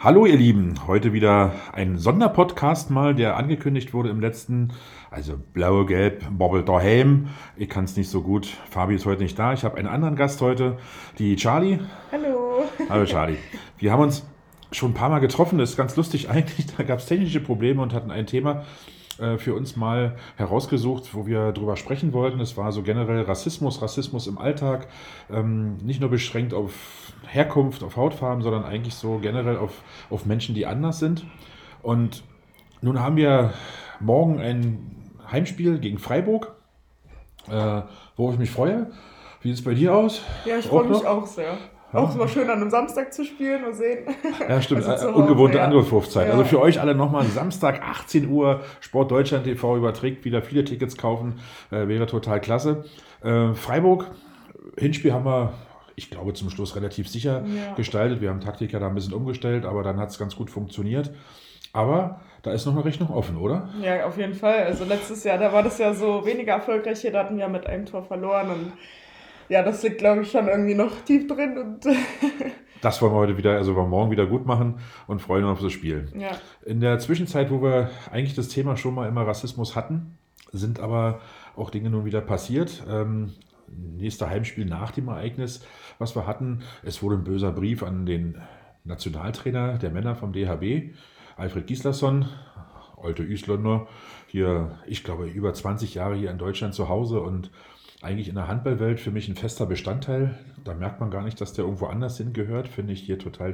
Hallo ihr Lieben, heute wieder ein Sonderpodcast mal, der angekündigt wurde im letzten, also blau-gelb, Bobbel daheim. Ich kann es nicht so gut, Fabi ist heute nicht da. Ich habe einen anderen Gast heute, die Charlie. Hallo. Hallo Charlie. Wir haben uns schon ein paar Mal getroffen, das ist ganz lustig eigentlich, da gab es technische Probleme und hatten ein Thema für uns mal herausgesucht, wo wir drüber sprechen wollten. Es war so generell Rassismus im Alltag, nicht nur beschränkt auf Herkunft, auf Hautfarben, sondern eigentlich so generell auf Menschen, die anders sind. Und nun haben wir morgen ein Heimspiel gegen Freiburg, worauf ich mich freue. Wie sieht es bei dir aus? Ja, ich freue Auch mich noch? auch sehr. Auch Ja? es war schön, an einem Samstag zu spielen und sehen. Ja, stimmt. Also zu Hause, Ungewohnte ja. Anrufzeit. Also Ja. für euch alle nochmal Samstag 18 Uhr Sport Deutschland TV überträgt, wieder viele Tickets kaufen, wäre total klasse. Freiburg, Hinspiel haben wir, ich glaube, zum Schluss relativ sicher Ja. gestaltet. Wir haben Taktiker da ein bisschen umgestellt, aber dann hat es ganz gut funktioniert. Aber da ist noch eine Rechnung offen, oder? Ja, auf jeden Fall. Also letztes Jahr, da war das ja so weniger erfolgreich hier, da hatten wir mit einem Tor verloren und ja, das liegt, glaube ich, schon irgendwie noch tief drin und Das wollen wir heute wieder, also wollen wir morgen wieder gut machen und freuen uns auf das Spiel. ja. In der Zwischenzeit, wo wir eigentlich das Thema schon mal immer Rassismus hatten, sind aber auch Dinge nun wieder passiert. Nächster Heimspiel nach dem Ereignis, was wir hatten, es wurde ein böser Brief an den Nationaltrainer der Männer vom DHB, Alfred Gislason, alte Isländer, hier, ich glaube, über 20 Jahre hier in Deutschland zu Hause und eigentlich in der Handballwelt für mich ein fester Bestandteil. Da merkt man gar nicht, dass der irgendwo anders hingehört, finde ich hier total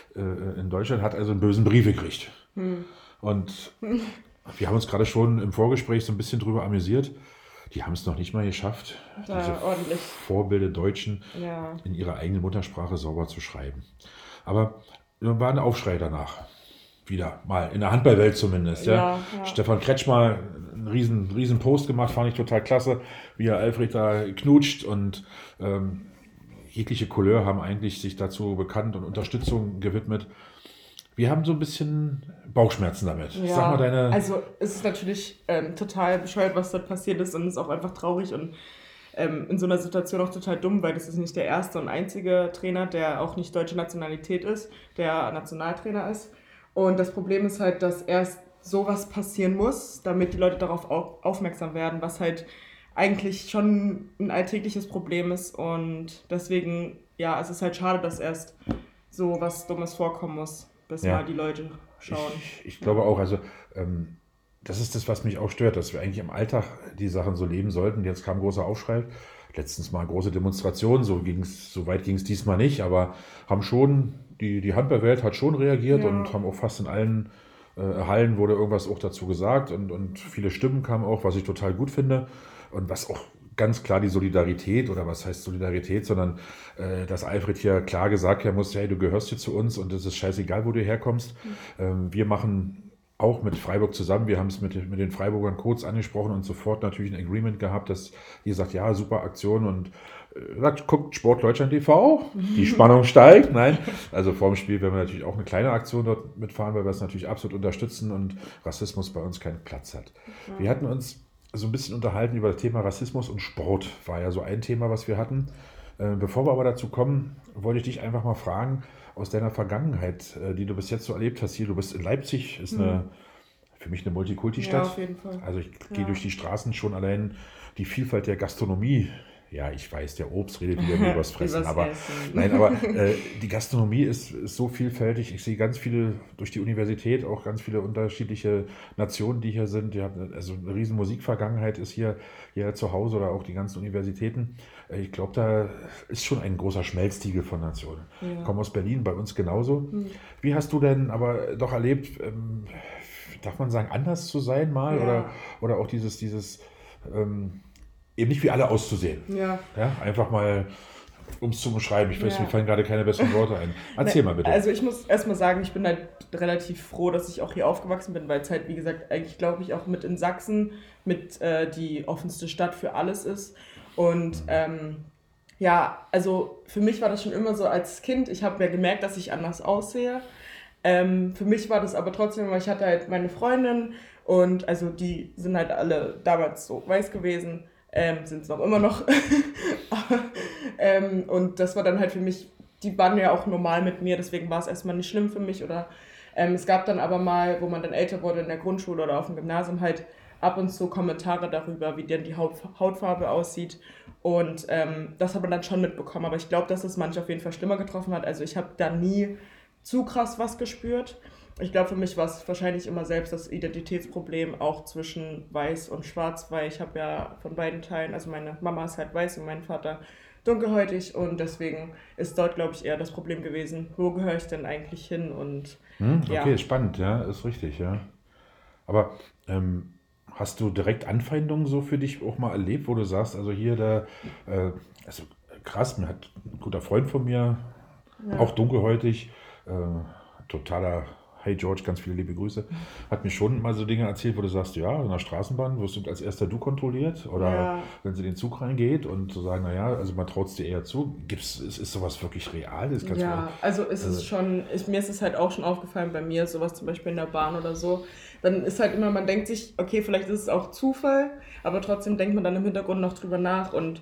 in Deutschland, hat also einen bösen Brief gekriegt. Und wir haben uns gerade schon im Vorgespräch so ein bisschen drüber amüsiert. Die haben es noch nicht mal geschafft, Da diese ordentlich. Vorbilder Deutschen Ja. in ihrer eigenen Muttersprache sauber zu schreiben. Aber dann war ein Aufschrei danach. Wieder mal in der Handballwelt zumindest. Ja. Ja, ja. Stefan Kretschmer einen riesen Post gemacht, fand ich total klasse, wie er Alfred da knutscht und jegliche Couleur haben eigentlich sich dazu bekannt und Unterstützung gewidmet. Wir haben so ein bisschen Bauchschmerzen damit. Ja, Sag mal deine. also es ist natürlich total bescheuert, was dort passiert ist und es ist auch einfach traurig und in so einer Situation auch total dumm, weil das ist nicht der erste und einzige Trainer, der auch nicht deutsche Nationalität ist, der Nationaltrainer ist. Und das Problem ist halt, dass erst sowas passieren muss, damit die Leute darauf aufmerksam werden, was halt eigentlich schon ein alltägliches Problem ist. Und deswegen, ja, es ist halt schade, dass erst so was Dummes vorkommen muss, bis Ja. mal die Leute schauen. Ich glaube auch, also das ist das, was mich auch stört, dass wir eigentlich im Alltag die Sachen so leben sollten. Jetzt kam ein großer Aufschrei, letztens mal große Demonstrationen, so weit ging es diesmal nicht, aber haben schon, die Handballwelt hat schon reagiert Ja. und haben auch fast in allen Hallen wurde irgendwas auch dazu gesagt und viele Stimmen kamen auch, was ich total gut finde und was auch ganz klar die Solidarität oder was heißt Solidarität, sondern dass Alfred hier klar gesagt haben muss, hey, du gehörst hier zu uns und es ist scheißegal, wo du herkommst. Wir machen auch mit Freiburg zusammen, wir haben es mit den Freiburgern kurz angesprochen und sofort natürlich ein Agreement gehabt, dass ihr sagt, ja, super Aktion und sagt, guckt Sport Deutschland TV, die Spannung steigt. Nein, also vor dem Spiel werden wir natürlich auch eine kleine Aktion dort mitfahren, weil wir es natürlich absolut unterstützen und Rassismus bei uns keinen Platz hat. Wir hatten uns so ein bisschen unterhalten über das Thema Rassismus und Sport, war ja so ein Thema, was wir hatten. Bevor wir aber dazu kommen, wollte ich dich einfach mal fragen, aus deiner Vergangenheit, die du bis jetzt so erlebt hast, hier, du bist in Leipzig, ist für mich eine Ja, Multikulti-Stadt. auf jeden Fall. Also ich gehe Ja. durch die Straßen schon allein die Vielfalt der Gastronomie. Ja, ich weiß, der Obst redet wieder nur übers Fressen, Übers aber Essen. nein, aber die Gastronomie ist so vielfältig. Ich sehe ganz viele durch die Universität, auch ganz viele unterschiedliche Nationen, die hier sind. Die haben also eine riesen Musikvergangenheit ist hier zu Hause oder auch die ganzen Universitäten. Ich glaube, da ist schon ein großer Schmelztiegel von Nationen. Ich Ja. komme aus Berlin, bei uns genauso. Wie hast du denn aber doch erlebt, darf man sagen, anders zu sein mal Ja. oder auch dieses eben nicht wie alle auszusehen. Ja. Ja, einfach mal, um es zu beschreiben. Ich weiß, Ja. mir fallen gerade keine besseren Worte ein. Erzähl mal bitte. Also ich muss erstmal sagen, ich bin halt relativ froh, dass ich auch hier aufgewachsen bin, weil es halt, wie gesagt, eigentlich glaube ich auch mit in Sachsen mit die offenste Stadt für alles ist. Und ja, also für mich war das schon immer so als Kind, ich habe ja gemerkt, dass ich anders aussehe. Für mich war das aber trotzdem, weil ich hatte halt meine Freundin und also die sind halt alle damals so weiß gewesen, sind es auch immer noch. Und das war dann halt für mich die waren ja auch normal mit mir, deswegen war es erstmal nicht schlimm für mich. Oder es gab dann aber mal, wo man dann älter wurde in der Grundschule oder auf dem Gymnasium, halt ab und zu Kommentare darüber, wie denn die Hautfarbe aussieht. Und das hat man dann schon mitbekommen. Aber ich glaube, dass es manche auf jeden Fall schlimmer getroffen hat. Also ich habe da nie zu krass was gespürt. Ich glaube, für mich war es wahrscheinlich immer selbst das Identitätsproblem, auch zwischen weiß und schwarz, weil ich habe ja von beiden Teilen, also meine Mama ist halt weiß und mein Vater dunkelhäutig, und deswegen ist dort, glaube ich, eher das Problem gewesen, wo gehöre ich denn eigentlich hin, und Okay, ja. spannend, ja, ist richtig, ja. Aber hast du direkt Anfeindungen so für dich auch mal erlebt, wo du sagst, also hier, also krass, mir hat ein guter Freund von mir, auch Ja. dunkelhäutig, totaler Hey George, ganz viele liebe Grüße, hat mir schon mal so Dinge erzählt, wo du sagst, ja, in der Straßenbahn wirst du als erster du kontrolliert oder Ja, wenn sie in den Zug reingeht und zu sagen, naja, also man traut es dir eher zu. Ist sowas wirklich real? Das kannst du, ja, also ist also, es schon, mir ist es halt auch schon aufgefallen bei mir, sowas zum Beispiel in der Bahn oder so. Dann ist halt immer, man denkt sich, okay, vielleicht ist es auch Zufall, aber trotzdem denkt man dann im Hintergrund noch drüber nach, und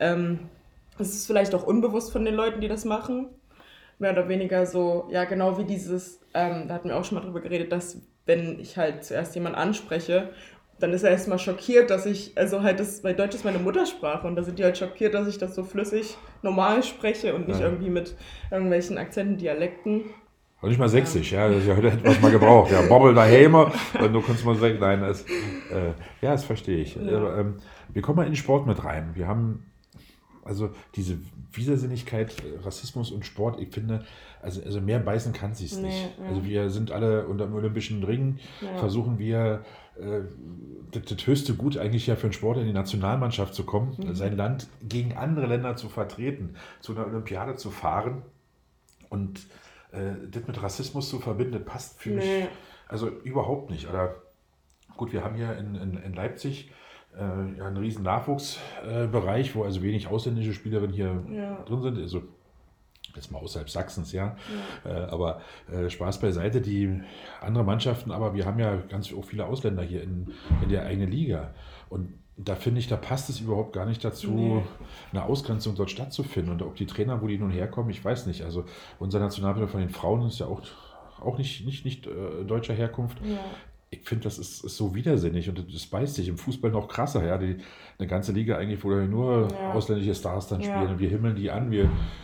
es ist vielleicht auch unbewusst von den Leuten, die das machen. Mehr oder weniger so, ja, genau wie dieses, da hatten wir auch schon mal drüber geredet, dass wenn ich halt zuerst jemanden anspreche, dann ist er erstmal schockiert, dass ich, also halt das, weil Deutsch ist meine Muttersprache, und da sind die halt schockiert, dass ich das so flüssig normal spreche und nicht irgendwie mit irgendwelchen Akzenten, Dialekten. Und nicht mal Ähm, sächsisch, ja, das hätte was mal gebraucht. Ja, Bobbel daheim und du kannst mal sagen, nein, ja, das verstehe ich. ja, Aber, wir kommen mal in den Sport mit rein. Wir haben also diese Widersinnigkeit, Rassismus und Sport, ich finde, also mehr beißen kann sie es nee, nicht. Also wir sind alle unter dem Olympischen Ring, ja, versuchen wir das höchste Gut eigentlich ja für einen Sportler in die Nationalmannschaft zu kommen, sein Land gegen andere Länder zu vertreten, zu einer Olympiade zu fahren. Und das mit Rassismus zu verbinden, das passt für mich nee, also überhaupt nicht. Oder gut, wir haben hier in Leipzig ja einen riesen Nachwuchsbereich, wo also wenig ausländische Spielerinnen hier ja, drin sind. Also jetzt mal außerhalb Sachsens, ja. ja, Aber Spaß beiseite, die andere Mannschaften, aber wir haben ja ganz auch viele Ausländer hier in der eigenen Liga. Und da finde ich, da passt es überhaupt gar nicht dazu, nee, eine Ausgrenzung dort stattzufinden. Und ob die Trainer, wo die nun herkommen, ich weiß nicht. Also unser Nationalspieler von den Frauen ist ja auch nicht deutscher Herkunft. ja, Ich finde, ist so widersinnig und das beißt sich im Fußball noch krasser. Ja? Eine ganze Liga eigentlich, wo da nur ja, ausländische Stars dann spielen ja, und wir himmeln die an.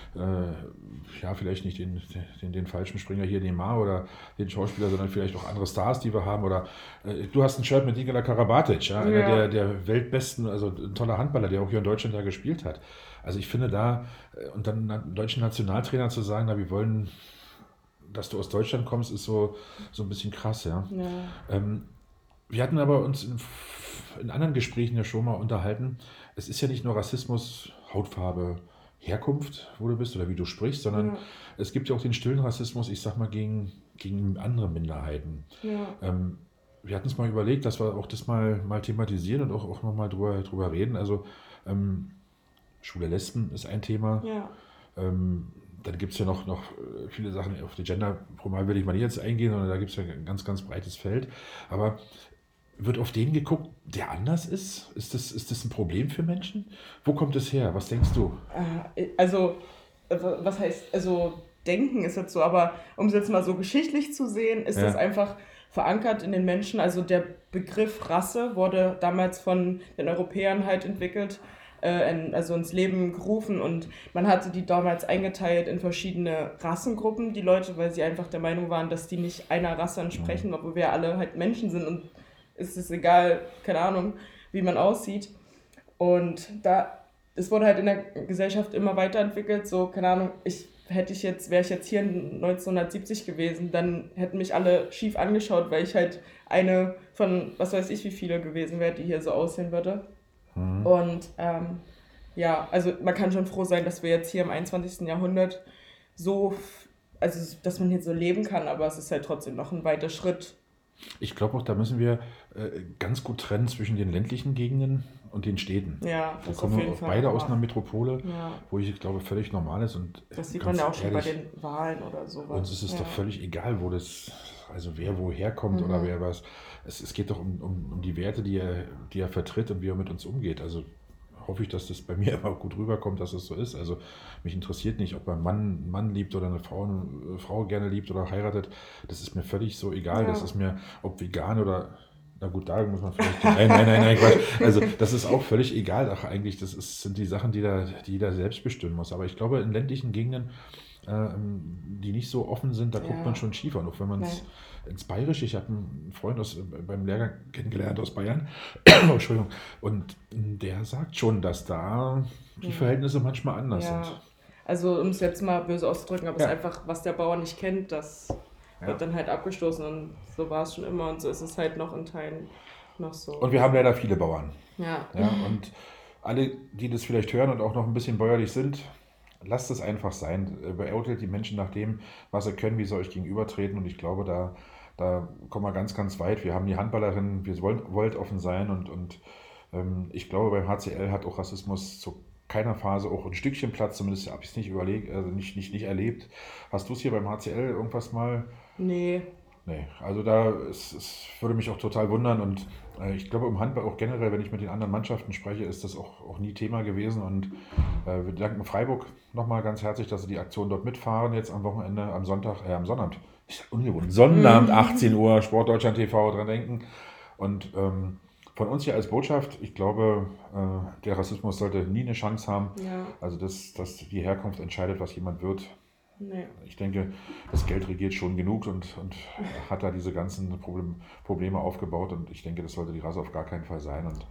Ja, vielleicht nicht den falschen Springer hier, Neymar oder den Schauspieler, sondern vielleicht auch andere Stars, die wir haben. Oder du hast ein Shirt mit Nikola Karabatic, ja? Einer ja, der Weltbesten, also ein toller Handballer, der auch hier in Deutschland ja gespielt hat. Also ich finde da, und dann einen deutschen Nationaltrainer zu sagen, na, wir wollen, dass du aus Deutschland kommst, ist so ein bisschen krass, ja. ja, Ähm, Wir hatten aber uns in anderen Gesprächen ja schon mal unterhalten. Es ist ja nicht nur Rassismus, Hautfarbe, Herkunft, wo du bist oder wie du sprichst, sondern ja, es gibt ja auch den stillen Rassismus, ich sag mal, gegen andere Minderheiten. ja, Ähm, Wir hatten uns mal überlegt, dass wir auch das mal thematisieren und auch nochmal drüber reden. Also ähm, schwule Lesben ist ein Thema. ja. Ähm, Dann gibt es ja noch viele Sachen, auf die Gender-Formal will ich mal nicht jetzt eingehen, sondern da gibt es ja ein ganz, ganz breites Feld. Aber wird auf den geguckt, der anders ist? Ist das ein Problem für Menschen? Wo kommt es her? Was denkst du? Also, was heißt, also denken ist jetzt so, aber um es jetzt mal so geschichtlich zu sehen, ist das Ja, einfach verankert in den Menschen. Also der Begriff Rasse wurde damals von den Europäern halt entwickelt, also ins Leben gerufen, und man hatte die damals eingeteilt in verschiedene Rassengruppen, die Leute, weil sie einfach der Meinung waren, dass die nicht einer Rasse entsprechen, obwohl wir alle halt Menschen sind, und es ist egal, keine Ahnung, wie man aussieht. Und es wurde halt in der Gesellschaft immer weiterentwickelt, so, keine Ahnung, wäre ich jetzt hier 1970 gewesen, dann hätten mich alle schief angeschaut, weil ich halt eine von, was weiß ich, wie viele gewesen wäre, die hier so aussehen würde. Und ja, also man kann schon froh sein, dass wir jetzt hier im 21. Jahrhundert also dass man hier so leben kann, aber es ist halt trotzdem noch ein weiter Schritt. ich glaube auch, da müssen wir ganz gut trennen zwischen den ländlichen Gegenden und den Städten. Ja, Wir das auf kommen jeden auch Fall, beide aus einer aber Metropole, ja, wo ich glaube, völlig normal ist. Und das sieht man ganz ja auch schon bei ehrlich, den Wahlen oder uns sowas. ist es doch Ja. völlig egal, also wer woher kommt oder wer was. Es geht doch um die Werte, die er vertritt und wie er mit uns umgeht. Also hoffe ich, dass das bei mir immer gut rüberkommt, dass es so ist. Also mich interessiert nicht, ob ein Mann liebt oder eine Frau gerne liebt oder heiratet. Das ist mir völlig so egal. Das Ja. ist mir, ob vegan oder, na gut, da muss man vielleicht, nein, Quatsch. Also das ist auch völlig egal. Ach, eigentlich, sind die Sachen, die jeder selbst bestimmen muss. Aber ich glaube, in ländlichen Gegenden, die nicht so offen sind, da guckt man schon schief an. Auch wenn man es ins Bayerische, ich habe einen Freund beim Lehrgang kennengelernt aus Bayern, Entschuldigung, und der sagt schon, dass da die Verhältnisse manchmal anders sind. Also um es jetzt mal böse auszudrücken, aber es ist einfach, was der Bauer nicht kennt, das wird dann halt abgestoßen und so war es schon immer und so ist es halt noch in Teilen noch so. Und wir haben leider viele Bauern. Ja. Und alle, die das vielleicht hören und auch noch ein bisschen bäuerlich sind, lasst es einfach sein. Beurteilt die Menschen nach dem, was sie können, wie sie euch gegenübertreten. Und ich glaube, da kommen wir ganz, ganz weit. Wir haben die Handballerinnen, wir wollt offen sein. Und ich glaube, beim HCL hat auch Rassismus zu keiner Phase auch ein Stückchen Platz. Zumindest habe ich es nicht erlebt. Hast du es hier beim HCL irgendwas mal? Nee, also es würde mich auch total wundern und ich glaube im Handball auch generell, wenn ich mit den anderen Mannschaften spreche, ist das auch nie Thema gewesen und wir danken Freiburg nochmal ganz herzlich, dass sie die Aktion dort mitfahren, jetzt am Wochenende, am Sonnabend, ungewohnt, Sonnabend 18 Uhr, Sportdeutschland TV, dran denken und von uns hier als Botschaft, ich glaube, der Rassismus sollte nie eine Chance haben, also dass die Herkunft entscheidet, was jemand wird. Nee. Ich denke, das Geld regiert schon genug und hat da diese ganzen Probleme aufgebaut und ich denke, das sollte die Rasse auf gar keinen Fall sein. Und,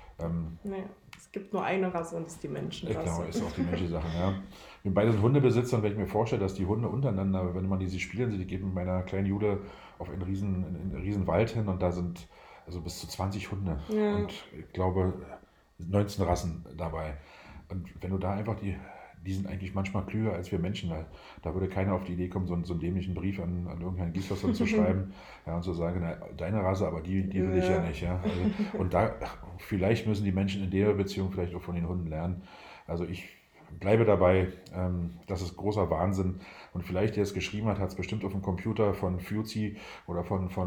es gibt nur eine Rasse und das ist die Menschenrasse. Genau, ist auch die Menschensache. Ja. Wir beide sind Hundebesitzer und wenn ich mir vorstelle, dass die Hunde untereinander, wenn man diese spielen sieht, die geben mit meiner kleinen Jude auf einen riesen Wald hin und da sind also bis zu 20 Hunde und ich glaube 19 Rassen dabei. Und wenn du da einfach die sind eigentlich manchmal klüger als wir Menschen. Da würde keiner auf die Idee kommen, so einen dämlichen Brief an irgendeinen Gießwasser zu schreiben und zu sagen, na, deine Rasse, aber die will ich ja nicht. Ja? Also, und da vielleicht müssen die Menschen in der Beziehung vielleicht auch von den Hunden lernen. Also ich bleibe dabei, das ist großer Wahnsinn. Und vielleicht, der es geschrieben hat, hat es bestimmt auf dem Computer von Fuzi oder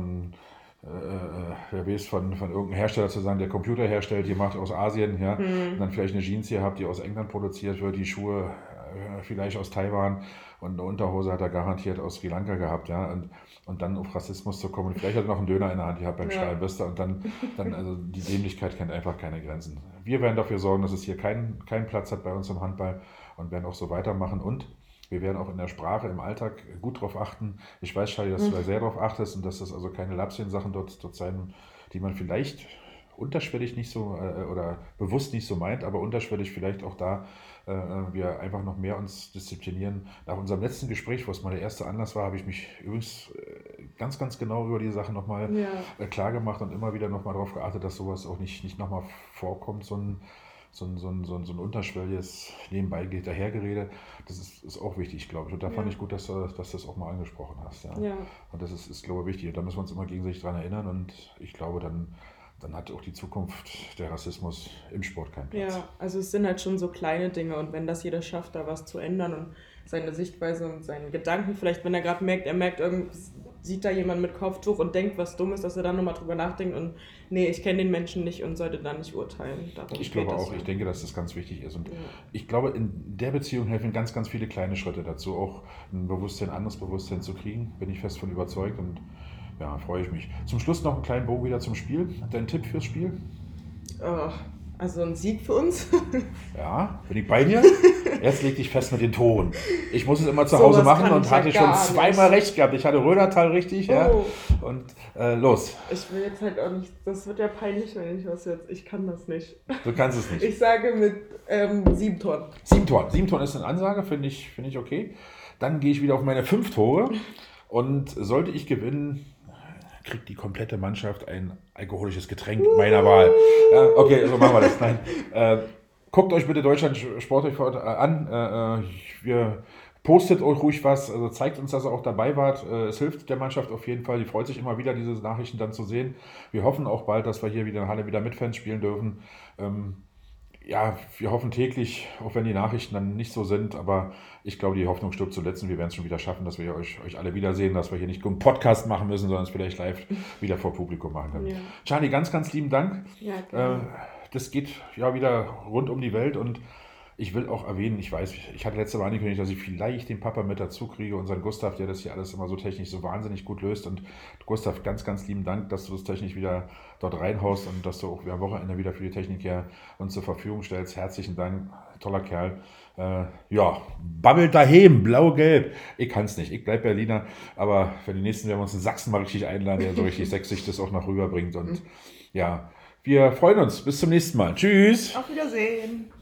wer weiß, von irgendeinem Hersteller zu sagen, der Computer herstellt, die macht aus Asien, ja, und dann vielleicht eine Jeans hier habt, die aus England produziert wird, die Schuhe vielleicht aus Taiwan und eine Unterhose hat er garantiert aus Sri Lanka gehabt, ja, und dann auf Rassismus zu kommen. Und vielleicht hat er noch einen Döner in der Hand gehabt beim Stahlbürster und dann also die Dämlichkeit kennt einfach keine Grenzen. Wir werden dafür sorgen, dass es hier keinen Platz hat bei uns im Handball und werden auch so weitermachen und wir werden auch in der Sprache, im Alltag gut darauf achten. Ich weiß, Charlie, dass du da sehr darauf achtest und dass das also keine Lapschen-Sachen dort sein, die man vielleicht unterschwellig nicht so oder bewusst nicht so meint, aber unterschwellig vielleicht auch da wir einfach noch mehr uns disziplinieren. Nach unserem letzten Gespräch, wo es mal der erste Anlass war, habe ich mich übrigens ganz, ganz genau über die Sache nochmal klar gemacht und immer wieder nochmal darauf geachtet, dass sowas auch nicht nochmal vorkommt, so ein unterschwelliges nebenbei dahergerede, das ist auch wichtig, glaube ich. Und da fand ich gut, dass du das auch mal angesprochen hast. Ja. Und das ist, glaube ich, wichtig. Und da müssen wir uns immer gegenseitig daran erinnern. Und ich glaube, dann hat auch die Zukunft der Rassismus im Sport keinen Platz. Ja, also es sind halt schon so kleine Dinge. Und wenn das jeder schafft, da was zu ändern und seine Sichtweise und seinen Gedanken, vielleicht wenn er gerade merkt, sieht da jemand mit Kopftuch und denkt was Dummes, dass er dann nochmal drüber nachdenkt und nee, ich kenne den Menschen nicht und sollte dann nicht urteilen. Ich glaube auch, ich denke, dass das ganz wichtig ist und ich glaube, in der Beziehung helfen ganz, ganz viele kleine Schritte dazu, auch ein anderes Bewusstsein zu kriegen, bin ich fest von überzeugt und ja, freue ich mich. Zum Schluss noch einen kleinen Bogen wieder zum Spiel. Dein Tipp fürs Spiel? Also ein Sieg für uns. Ja, bin ich bei dir? Jetzt leg dich fest mit den Toren. Ich muss es immer zu Hause machen und hatte schon zweimal recht gehabt. Ich hatte Rödertal richtig, ja. Und los. Ich will jetzt halt auch nicht, das wird ja peinlich, wenn ich was jetzt, ich kann das nicht. Du kannst es nicht. Ich sage mit 7 Toren. 7 Toren. 7 Toren ist eine Ansage, finde ich okay. Dann gehe ich wieder auf meine 5 Tore und sollte ich gewinnen, kriegt die komplette Mannschaft ein alkoholisches Getränk meiner Wahl. Ja, okay, so machen wir das. Nein. Guckt euch bitte Deutschland Sport an. Wir postet euch ruhig was, also zeigt uns, dass ihr auch dabei wart. Es hilft der Mannschaft auf jeden Fall. Die freut sich immer wieder, diese Nachrichten dann zu sehen. Wir hoffen auch bald, dass wir hier wieder in Halle wieder mit Fans spielen dürfen. Ja, wir hoffen täglich, auch wenn die Nachrichten dann nicht so sind, aber ich glaube, die Hoffnung stirbt zuletzt und wir werden es schon wieder schaffen, dass wir euch alle wiedersehen, dass wir hier nicht einen Podcast machen müssen, sondern es vielleicht live wieder vor Publikum machen können. Ja. Charlie, ganz, ganz lieben Dank. Ja, das geht ja wieder rund um die Welt und ich will auch erwähnen, ich weiß, ich hatte letzte Mal angekündigt, dass ich vielleicht den Papa mit dazu kriege, unseren Gustav, der das hier alles immer so technisch so wahnsinnig gut löst. Und Gustav, ganz, ganz lieben Dank, dass du das technisch wieder dort reinhaust und dass du auch am Wochenende wieder für die Technik hier uns zur Verfügung stellst. Herzlichen Dank, toller Kerl. Ja, babbelt daheim, blau-gelb. Ich kann es nicht, ich bleib Berliner, aber für die nächsten werden wir uns in Sachsen mal richtig einladen, der so richtig sächsisch das auch noch rüberbringt. Und ja, wir freuen uns. Bis zum nächsten Mal. Tschüss. Auf Wiedersehen.